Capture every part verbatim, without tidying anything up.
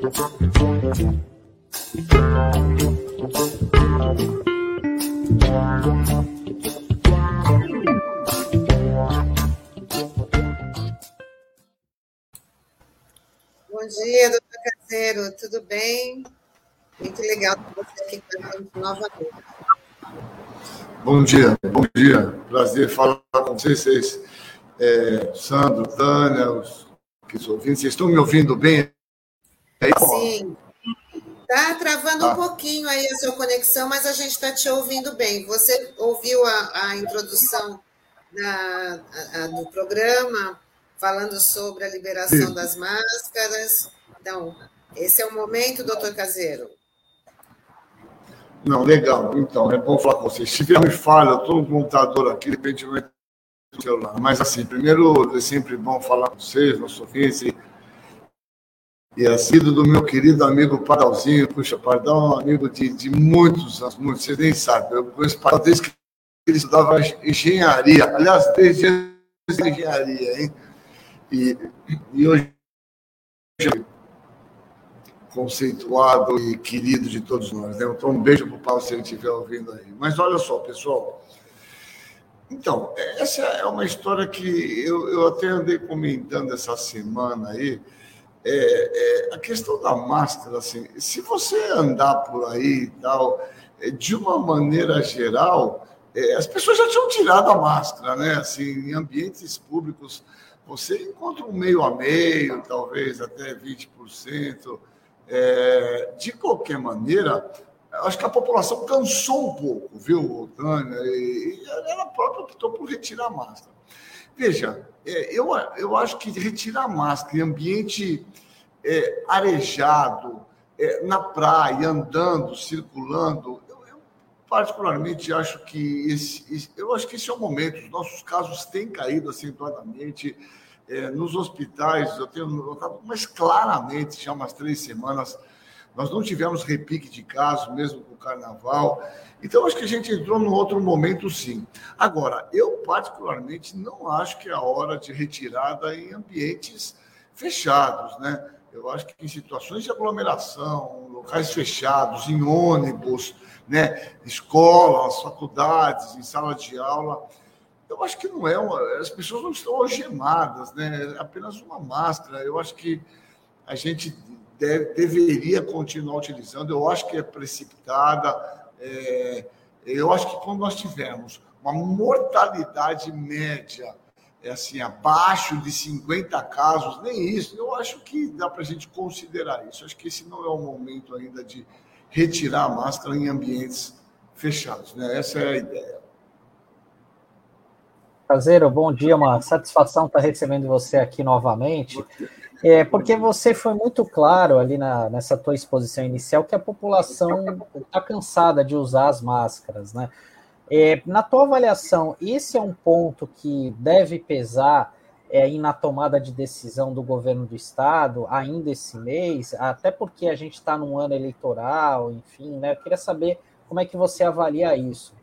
Bom dia, doutor Caseiro, tudo bem? Muito legal ter você aqui com a gente novamente. Bom dia, bom dia. Prazer falar com vocês. É, Sandro, Tânia, os, os ouvintes. Vocês estão me ouvindo bem? Sim. Está travando ah. um pouquinho aí a sua conexão, mas a gente está te ouvindo bem. Você ouviu a, a introdução da, a, a, do programa, falando sobre a liberação Sim. das máscaras. Então, esse é o momento, doutor Caseiro. Não, legal. Então, é bom falar com vocês. Se tiver me falha, eu estou no computador aqui, de repente eu entro no celular. Mas, assim, primeiro, é sempre bom falar com vocês, nossos ouvintes, e, e é sido do meu querido amigo Padalzinho. Puxa, Pardal é um amigo de, de muitos anos, muitos, vocês nem sabem. Eu conheço Pardal desde que ele estudava engenharia. Aliás, desde a engenharia, hein? E, e hoje conceituado e querido de todos nós, né? Então, um beijo para o Paulo se ele estiver ouvindo aí. Mas olha só, pessoal. Então, essa é uma história que eu, eu até andei comentando essa semana aí. É, é, a questão da máscara, assim, se você andar por aí e tal, é, de uma maneira geral, é, as pessoas já tinham tirado a máscara, né? Assim, em ambientes públicos, você encontra um meio a meio, talvez até vinte por cento. É, de qualquer maneira, acho que a população cansou um pouco, viu, Tânia? E ela própria optou por retirar a máscara. Veja, é, eu, eu acho que retirar a máscara em ambiente é, arejado, é, na praia, andando, circulando, eu, eu particularmente acho que esse, esse, eu acho que esse é o momento. Os nossos casos têm caído acentuadamente. É, nos hospitais, eu tenho notado, mas claramente, já há umas três semanas, nós não tivemos repique de casos, mesmo com o carnaval. Então, acho que a gente entrou num outro momento, sim. Agora, eu particularmente não acho que é a hora de retirada em ambientes fechados, né? Eu acho que em situações de aglomeração, locais fechados, em ônibus, né? Escolas, faculdades, em sala de aula, eu acho que não é uma... As pessoas não estão algemadas, né? É apenas uma máscara. Eu acho que a gente deve, deveria continuar utilizando. Eu acho que é precipitada. É... Eu acho que quando nós tivermos uma mortalidade média, é assim, abaixo de cinquenta casos, nem isso, eu acho que dá para a gente considerar isso. Eu acho que esse não é o momento ainda de retirar a máscara em ambientes fechados, né? Essa é a ideia. Caseiro, bom dia, uma satisfação estar recebendo você aqui novamente, é, porque você foi muito claro ali na, nessa tua exposição inicial que a população está cansada de usar as máscaras, né? É, na tua avaliação, esse é um ponto que deve pesar é, aí na tomada de decisão do governo do estado ainda esse mês, até porque a gente está num ano eleitoral, enfim, né? Eu queria saber como é que você avalia isso.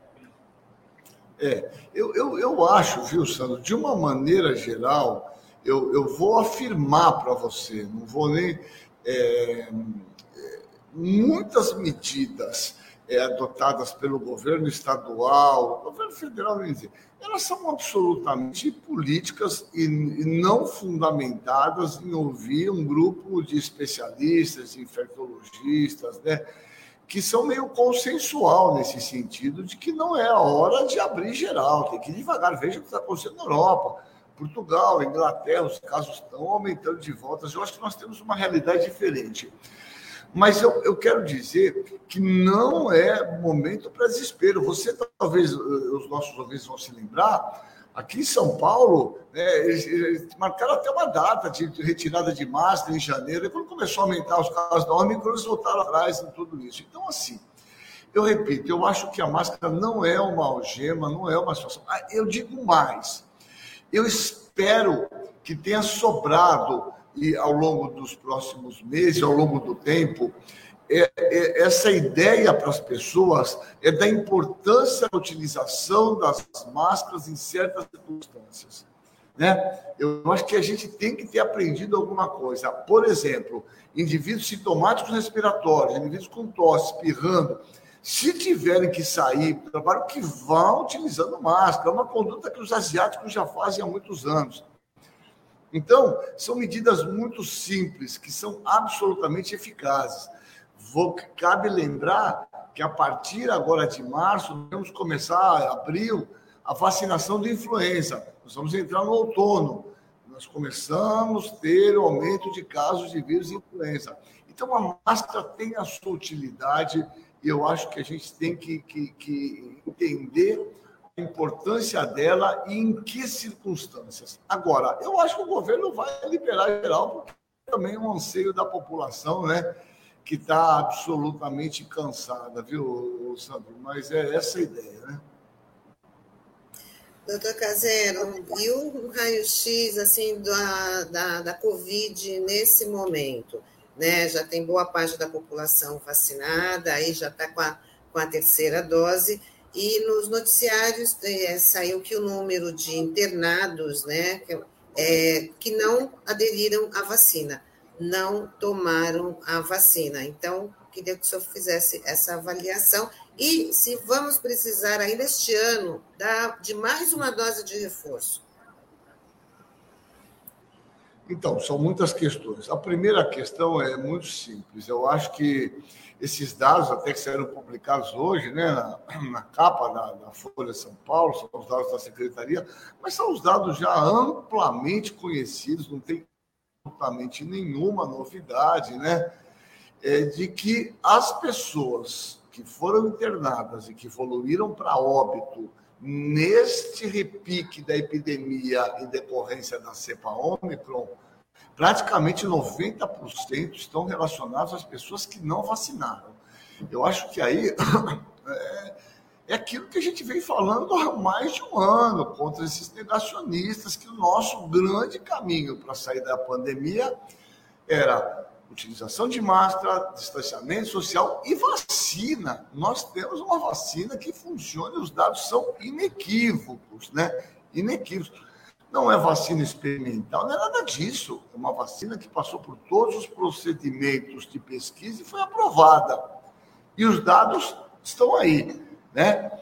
É, eu, eu, eu acho, viu, Sandro, de uma maneira geral, eu, eu vou afirmar para você, não vou nem... É, muitas medidas é, adotadas pelo governo estadual, governo federal, elas são absolutamente políticas e, e não fundamentadas em ouvir um grupo de especialistas, infectologistas, né? Que são meio consensual nesse sentido de que não é a hora de abrir geral, tem que ir devagar. Veja o que está acontecendo na Europa, Portugal, Inglaterra, os casos estão aumentando de voltas. Eu acho que nós temos uma realidade diferente. Mas eu, eu quero dizer que não é momento para desespero. Você, talvez, os nossos ouvintes vão se lembrar, aqui em São Paulo, né, eles, eles marcaram até uma data de retirada de máscara em janeiro, e quando começou a aumentar os casos da Ômicron, eles voltaram atrás em tudo isso. Então, assim, eu repito, eu acho que a máscara não é uma algema, não é uma situação... Eu digo mais, eu espero que tenha sobrado, e ao longo dos próximos meses, ao longo do tempo, é, é, essa ideia para as pessoas é da importância da utilização das máscaras em certas circunstâncias. né? Eu acho que a gente tem que ter aprendido alguma coisa. Por exemplo, indivíduos sintomáticos respiratórios, indivíduos com tosse, espirrando, se tiverem que sair do trabalho, que vão utilizando máscara. É uma conduta que os asiáticos já fazem há muitos anos. Então, são medidas muito simples, que são absolutamente eficazes. Vou, cabe lembrar que a partir agora de março, vamos começar, abril, a vacinação de influenza. Nós vamos entrar no outono. Nós começamos a ter o aumento de casos de vírus de influenza. Então, a máscara tem a sua utilidade e eu acho que a gente tem que, que, que entender a importância dela e em que circunstâncias. Agora, eu acho que o governo vai liberar geral, porque também é um anseio da população, né? Que está absolutamente cansada, viu, Sandro? Mas é essa a ideia, né? Doutor Casero, e o raio-x assim, da, da, da Covid nesse momento? Né? Já tem boa parte da população vacinada, aí já está com a, com a terceira dose, e nos noticiários é, saiu que o número de internados, né, que, é, que não aderiram à vacina, não tomaram a vacina. Então, queria que o senhor fizesse essa avaliação. E se vamos precisar ainda este ano de mais uma dose de reforço? Então, são muitas questões. A primeira questão é muito simples. Eu acho que esses dados, até que serão publicados hoje, né, na, na capa da, da Folha de São Paulo, são os dados da Secretaria, mas são os dados já amplamente conhecidos, não tem absolutamente nenhuma novidade, né, é de que as pessoas que foram internadas e que evoluíram para óbito neste repique da epidemia em decorrência da cepa Ômicron, praticamente noventa por cento estão relacionados às pessoas que não vacinaram. Eu acho que aí é, é aquilo que a gente vem falando há mais de um ano contra esses negacionistas, que o nosso grande caminho para sair da pandemia era utilização de máscara, distanciamento social e vacina. Nós temos uma vacina que funciona e os dados são inequívocos, né? Inequívocos. Não é vacina experimental, não é nada disso. É uma vacina que passou por todos os procedimentos de pesquisa e foi aprovada. E os dados estão aí, né?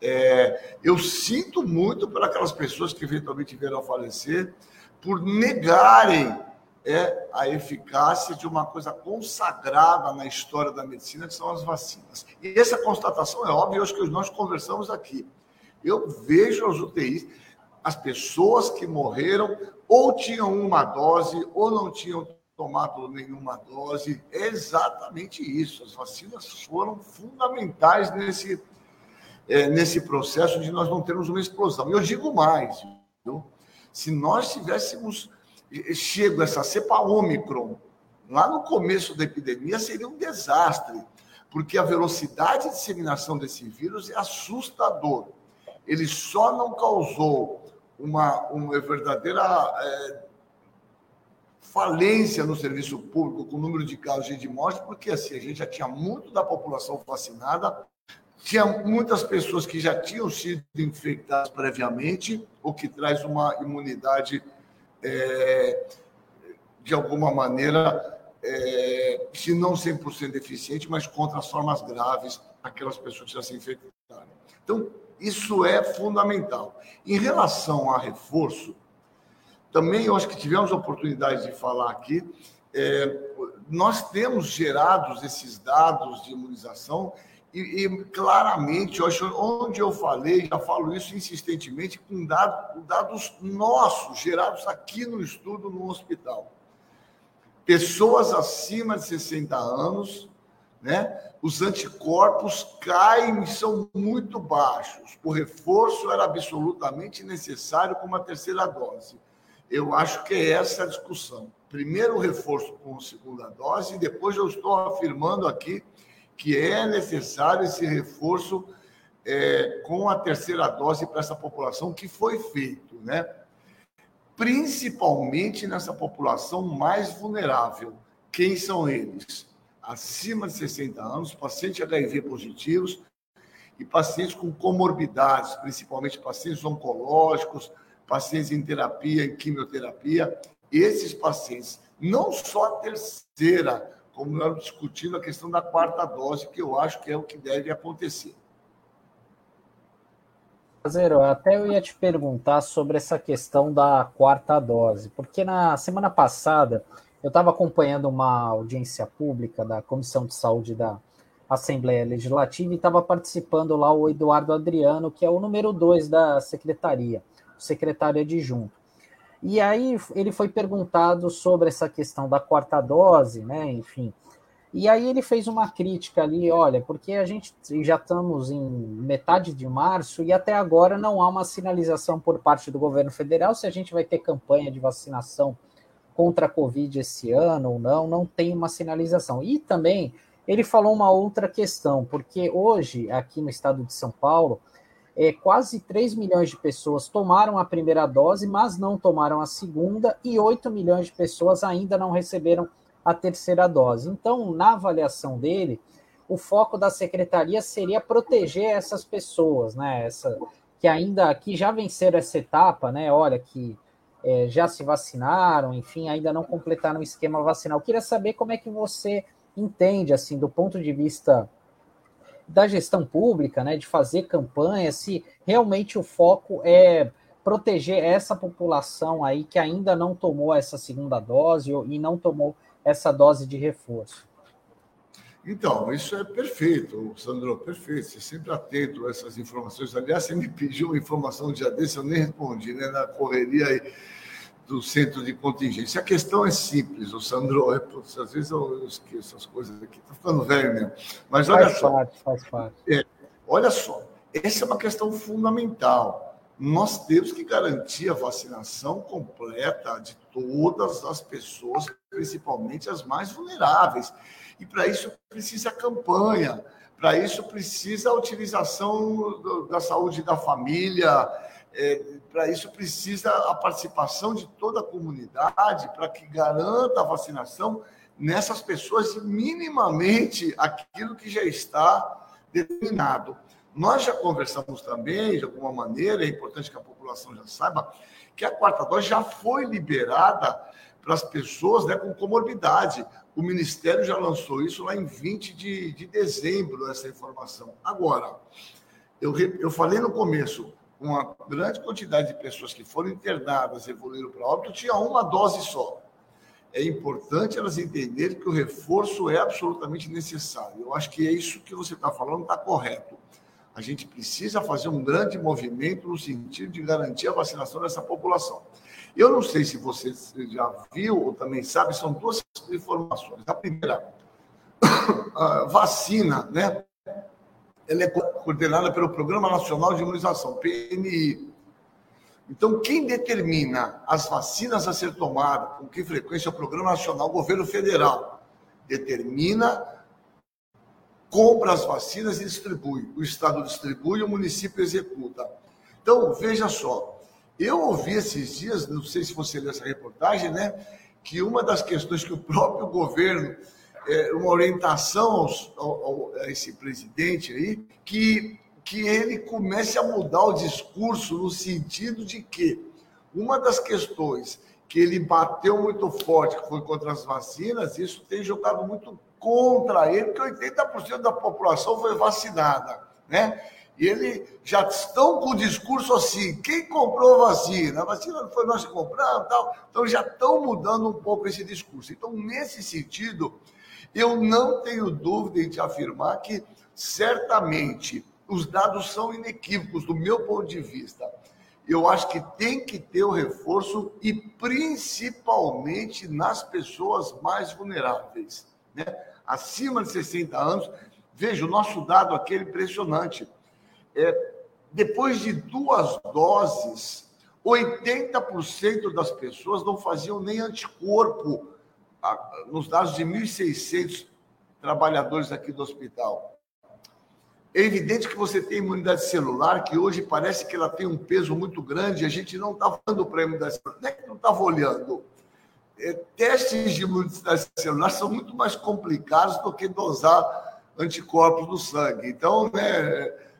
É, eu sinto muito por aquelas pessoas que eventualmente vieram a falecer por negarem é a eficácia de uma coisa consagrada na história da medicina, que são as vacinas. E essa constatação é óbvia, acho que nós conversamos aqui. Eu vejo as U T Is, as pessoas que morreram ou tinham uma dose ou não tinham tomado nenhuma dose. É exatamente isso. As vacinas foram fundamentais nesse, é, nesse processo de nós não termos uma explosão. E eu digo mais, viu? Se nós tivéssemos chego essa cepa Ômicron, lá no começo da epidemia, seria um desastre, porque a velocidade de disseminação desse vírus é assustador. Ele só não causou uma, uma verdadeira é, falência no serviço público, com o número de casos e de morte, porque assim, a gente já tinha muito da população vacinada, tinha muitas pessoas que já tinham sido infectadas previamente, o que traz uma imunidade É, de alguma maneira, é, se não cem por cento eficiente, mas contra as formas graves, aquelas pessoas que já se infectaram. Então, isso é fundamental. Em relação a reforço, também eu acho que tivemos a oportunidade de falar aqui, é, nós temos gerados esses dados de imunização e, e claramente, eu acho, onde eu falei, já falo isso insistentemente, com dados, dados nossos, gerados aqui no estudo, no hospital. Pessoas acima de sessenta anos, né? Os anticorpos caem e são muito baixos. O reforço era absolutamente necessário com uma terceira dose. Eu acho que é essa a discussão. Primeiro o reforço com a segunda dose, e depois eu estou afirmando aqui que é necessário esse reforço é, com a terceira dose para essa população, que foi feito, né? Principalmente nessa população mais vulnerável. Quem são eles? Acima de sessenta anos, pacientes H I V positivos e pacientes com comorbidades, principalmente pacientes oncológicos, pacientes em terapia, em quimioterapia. Esses pacientes, não só a terceira, como nós estamos discutindo a questão da quarta dose, que eu acho que é o que deve acontecer. Zero, até eu ia te perguntar sobre essa questão da quarta dose, porque na semana passada eu estava acompanhando uma audiência pública da Comissão de Saúde da Assembleia Legislativa e estava participando lá o Eduardo Adriano, que é o número dois da secretaria, o secretário adjunto. E aí ele foi perguntado sobre essa questão da quarta dose, né, enfim. E aí ele fez uma crítica ali, olha, porque a gente já estamos em metade de março e até agora não há uma sinalização por parte do governo federal se a gente vai ter campanha de vacinação contra a Covid esse ano ou não, não tem uma sinalização. E também ele falou uma outra questão, porque hoje, aqui no estado de São Paulo, é, quase três milhões de pessoas tomaram a primeira dose, mas não tomaram a segunda, e oito milhões de pessoas ainda não receberam a terceira dose. Então, na avaliação dele, o foco da secretaria seria proteger essas pessoas, né? Essa, que ainda que já venceram essa etapa, né? Olha, que é, já se vacinaram, enfim, ainda não completaram o esquema vacinal. Eu queria saber como é que você entende, assim, do ponto de vista da gestão pública, né? De fazer campanha, se realmente o foco é proteger essa população aí que ainda não tomou essa segunda dose e não tomou essa dose de reforço. Então, isso é perfeito, Sandro, perfeito. Você sempre atento a essas informações. Aliás, você me pediu uma informação um dia desse, eu nem respondi, né? Na correria aí do centro de contingência. A questão é simples, o Sandro, é, às vezes eu esqueço as coisas aqui, estou ficando velho mesmo. Mas olha faz só. Parte, faz parte. É, olha só, essa é uma questão fundamental. Nós temos que garantir a vacinação completa de todas as pessoas, principalmente as mais vulneráveis. E para isso precisa campanha, para isso precisa a utilização do, da saúde da família, é, para isso precisa a participação de toda a comunidade, para que garanta a vacinação nessas pessoas e minimamente aquilo que já está determinado. Nós já conversamos também, de alguma maneira, é importante que a população já saiba, que a quarta dose já foi liberada para as pessoas, né, com comorbidade. O Ministério já lançou isso lá em vinte de dezembro, essa informação. Agora, eu, eu falei no começo, uma grande quantidade de pessoas que foram internadas, evoluíram para óbito, tinha uma dose só. É importante elas entenderem que o reforço é absolutamente necessário. Eu acho que é isso que você está falando, está correto. A gente precisa fazer um grande movimento no sentido de garantir a vacinação dessa população. Eu não sei se você já viu ou também sabe, são duas informações. A primeira, a vacina, né? Ela é coordenada pelo Programa Nacional de Imunização, P N I. Então, quem determina as vacinas a ser tomadas, com que frequência é o Programa Nacional, o governo federal determina, compra as vacinas e distribui. O Estado distribui e o município executa. Então, veja só, eu ouvi esses dias, não sei se você leu essa reportagem, né, que uma das questões que o próprio governo, é, uma orientação aos, ao, a esse presidente aí, que, que ele comece a mudar o discurso no sentido de que uma das questões que ele bateu muito forte, que foi contra as vacinas, isso tem jogado muito contra ele, porque oitenta por cento da população foi vacinada, né? E eles já estão com o discurso assim, quem comprou a vacina? A vacina não foi nós que compramos, tal. Então já estão mudando um pouco esse discurso. Então, nesse sentido, eu não tenho dúvida em te afirmar que, certamente, os dados são inequívocos, do meu ponto de vista. Eu acho que tem que ter o reforço e, principalmente, nas pessoas mais vulneráveis, né? Acima de sessenta anos, veja, o nosso dado aqui é impressionante. É, depois de duas doses, oitenta por cento das pessoas não faziam nem anticorpo, nos dados de mil e seiscentos trabalhadores aqui do hospital. É evidente que você tem imunidade celular, que hoje parece que ela tem um peso muito grande, a gente não está falando para a imunidade celular, não é que não estava olhando. É, testes de imunidade celular são muito mais complicados do que dosar anticorpos no sangue. Então, né,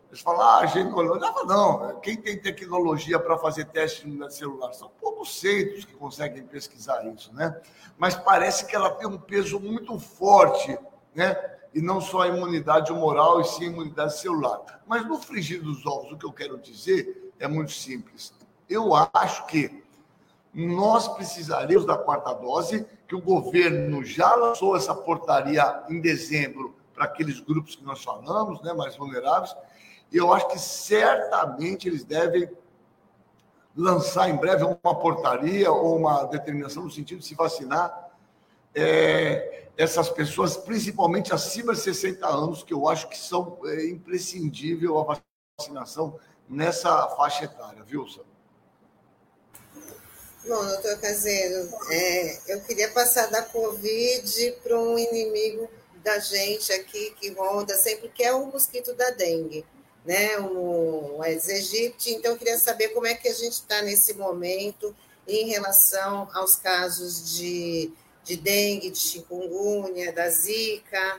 Eles falam, ah, a gente não olhava, não. Quem tem tecnologia para fazer teste no celular? São poucos centros que conseguem pesquisar isso, né? Mas parece que ela tem um peso muito forte, né? E não só a imunidade moral, e sim a imunidade celular. Mas no frigir dos ovos, o que eu quero dizer é muito simples. Eu acho que nós precisaríamos da quarta dose, que o governo já lançou essa portaria em dezembro para aqueles grupos que nós falamos, né, mais vulneráveis, e eu acho que certamente eles devem lançar em breve uma portaria ou uma determinação no sentido de se vacinar é, essas pessoas, principalmente acima de sessenta anos, que eu acho que são é, imprescindível a vacinação nessa faixa etária, viu, Sam? Bom, doutor Caseiro, é, eu queria passar da Covid para um inimigo da gente aqui, que ronda sempre, que é o mosquito da dengue, né? O Aedes aegypti. Então, eu queria saber como é que a gente está nesse momento em relação aos casos de, de dengue, de chikungunya, da zika.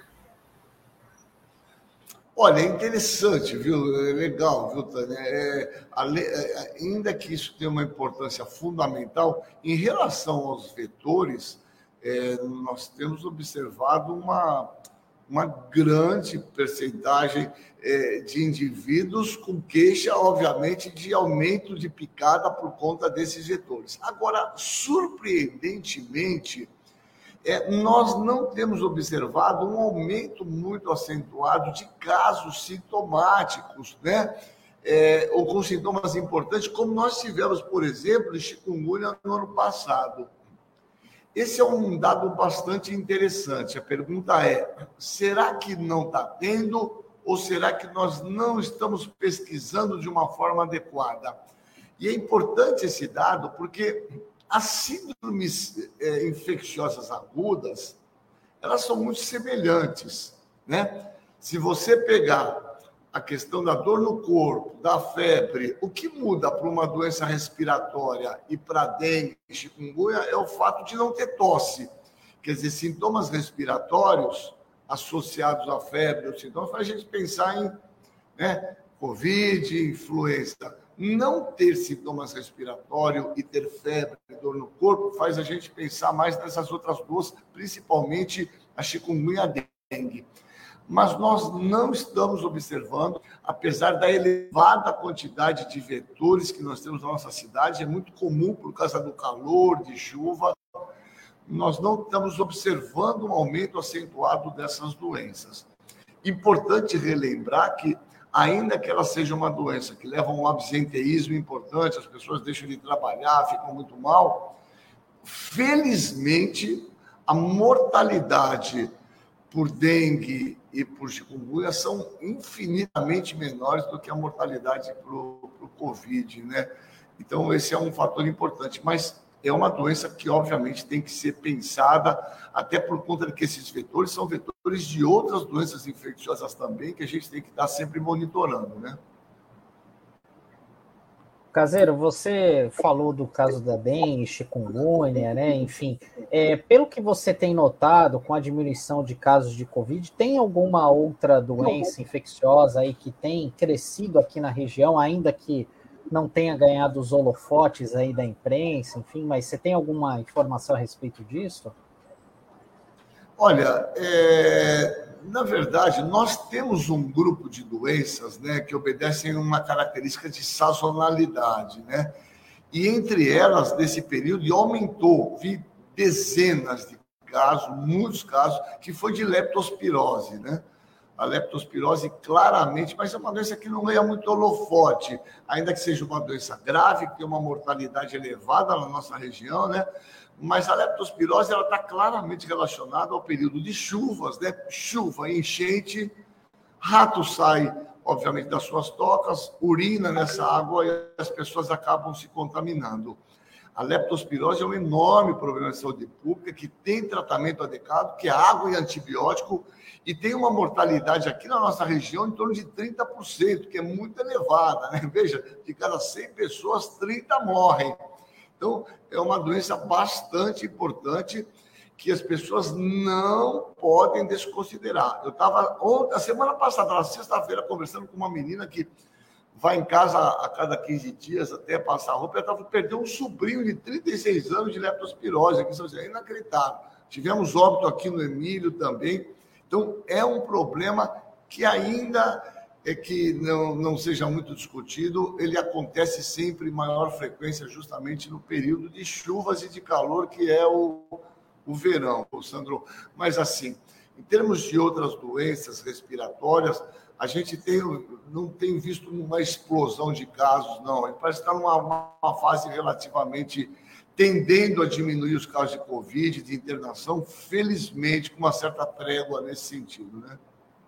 Olha, é interessante, viu? É legal, viu, Tânia? É, é, ainda que isso tenha uma importância fundamental, em relação aos vetores, é, nós temos observado uma, uma grande percentagem é, de indivíduos com queixa, obviamente, de aumento de picada por conta desses vetores. Agora, surpreendentemente, É, nós não temos observado um aumento muito acentuado de casos sintomáticos, né? É, ou com sintomas importantes, como nós tivemos, por exemplo, de chikungunya no ano passado. Esse é um dado bastante interessante. A pergunta é, será que não está tendo ou será que nós não estamos pesquisando de uma forma adequada? E é importante esse dado porque as síndromes é, infecciosas agudas, elas são muito semelhantes, né? Se você pegar a questão da dor no corpo, da febre, o que muda para uma doença respiratória e para dengue e chikungunya é o fato de não ter tosse. Quer dizer, sintomas respiratórios associados à febre, ou sintomas, faz a gente pensar em, né, Covid, influenza. Não ter sintomas respiratórios e ter febre e dor no corpo faz a gente pensar mais nessas outras duas, principalmente a chikungunya e a dengue. Mas nós não estamos observando, apesar da elevada quantidade de vetores que nós temos na nossa cidade, é muito comum por causa do calor, de chuva, nós não estamos observando um aumento acentuado dessas doenças. Importante relembrar que ainda que ela seja uma doença que leva a um absenteísmo importante, as pessoas deixam de trabalhar, ficam muito mal, felizmente, a mortalidade por dengue e por chikungunya são infinitamente menores do que a mortalidade para o Covid, né? Então, esse é um fator importante, mas é uma doença que, obviamente, tem que ser pensada, até por conta de que esses vetores são vetores de outras doenças infecciosas também, que a gente tem que estar sempre monitorando, né? Caseiro, você falou do caso da dengue, chikungunya, né? Enfim, é, pelo que você tem notado com a diminuição de casos de Covid, tem alguma outra doença infecciosa aí que tem crescido aqui na região, ainda que não tenha ganhado os holofotes aí da imprensa, enfim, mas você tem alguma informação a respeito disso? Olha, é, na verdade, nós temos um grupo de doenças, né, que obedecem a uma característica de sazonalidade, né? E entre elas, nesse período, aumentou, vi dezenas de casos, muitos casos, que foi de leptospirose, né? A leptospirose claramente, mas é uma doença que não ganha muito holofote, ainda que seja uma doença grave, que tem uma mortalidade elevada na nossa região, né? Mas a leptospirose ela está claramente relacionada ao período de chuvas, né? Chuva, enchente, rato sai, obviamente, das suas tocas, urina nessa água e as pessoas acabam se contaminando. A leptospirose é um enorme problema de saúde pública que tem tratamento adequado, que é água e antibiótico, e tem uma mortalidade aqui na nossa região em torno de trinta por cento, que é muito elevada, né? Veja, de cada cem pessoas, trinta morrem. Então, é uma doença bastante importante que as pessoas não podem desconsiderar. Eu estava, a semana passada, na sexta-feira, conversando com uma menina que vai em casa a cada quinze dias até passar roupa, ela estava perdendo um sobrinho de trinta e seis anos de leptospirose, aqui, é inacreditável. Tivemos óbito aqui no Emílio também. Então, é um problema que ainda é que não, não seja muito discutido, ele acontece sempre em maior frequência justamente no período de chuvas e de calor, que é o, o verão, Sandro. Mas, assim, em termos de outras doenças respiratórias, a gente tem, não tem visto uma explosão de casos, não. A gente parece estar numa uma fase relativamente tendendo a diminuir os casos de Covid, de internação, felizmente, com uma certa trégua nesse sentido, né?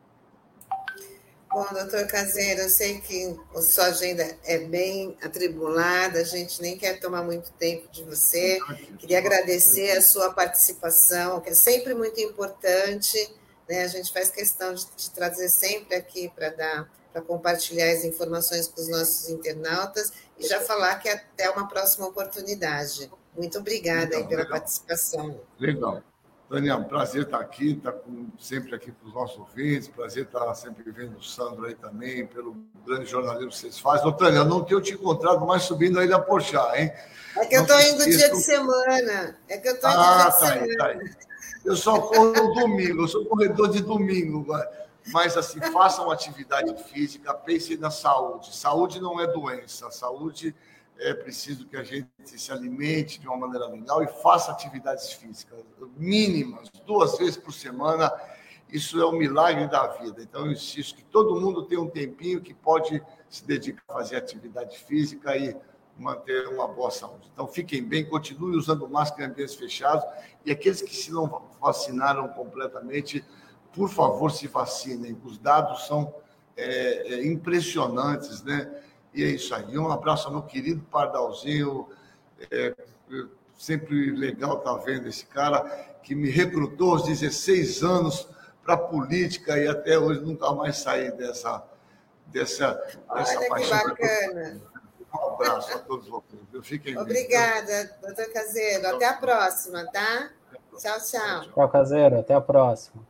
Bom, doutor Caseiro, eu sei que a sua agenda é bem atribulada, a gente nem quer tomar muito tempo de você. Queria agradecer a sua participação, que é sempre muito importante, né? A gente faz questão de, de trazer sempre aqui para dar, para compartilhar as informações com os nossos internautas e já falar que até uma próxima oportunidade. Muito obrigada legal, aí pela legal. participação. Legal. Tânia, um prazer estar aqui, estar com, sempre aqui para os nossos ouvintes, prazer estar sempre vendo o Sandro aí também, pelo grande jornalismo que vocês fazem. Ô, Tânia, eu não tenho te encontrado mais subindo aí da Porchat, hein? É que não eu estou indo esqueçam... dia de semana. É que eu estou indo ah, dia de tá semana. Aí, tá aí. Eu só corro no domingo, eu sou corredor de domingo. Mas, assim, façam atividade física, pensem na saúde. Saúde não é doença, saúde... É preciso que a gente se alimente de uma maneira legal e faça atividades físicas mínimas, duas vezes por semana. Isso é um milagre da vida. Então, eu insisto que todo mundo tem um tempinho que pode se dedicar a fazer atividade física e manter uma boa saúde. Então, fiquem bem, continuem usando máscara em ambientes fechados e aqueles que se não vacinaram completamente, por favor, se vacinem. Os dados são é, é, impressionantes, né? E é isso aí. Um abraço ao meu querido Pardalzinho. É sempre legal estar vendo esse cara que me recrutou aos dezesseis anos para a política e até hoje nunca mais saí dessa, dessa, dessa Olha, paixão. Que bacana. Um abraço a todos vocês. Fiquem bem. Obrigada, doutor Caseiro. Até a próxima, tá? Tchau, tchau. Tchau, Caseiro. Até a próxima.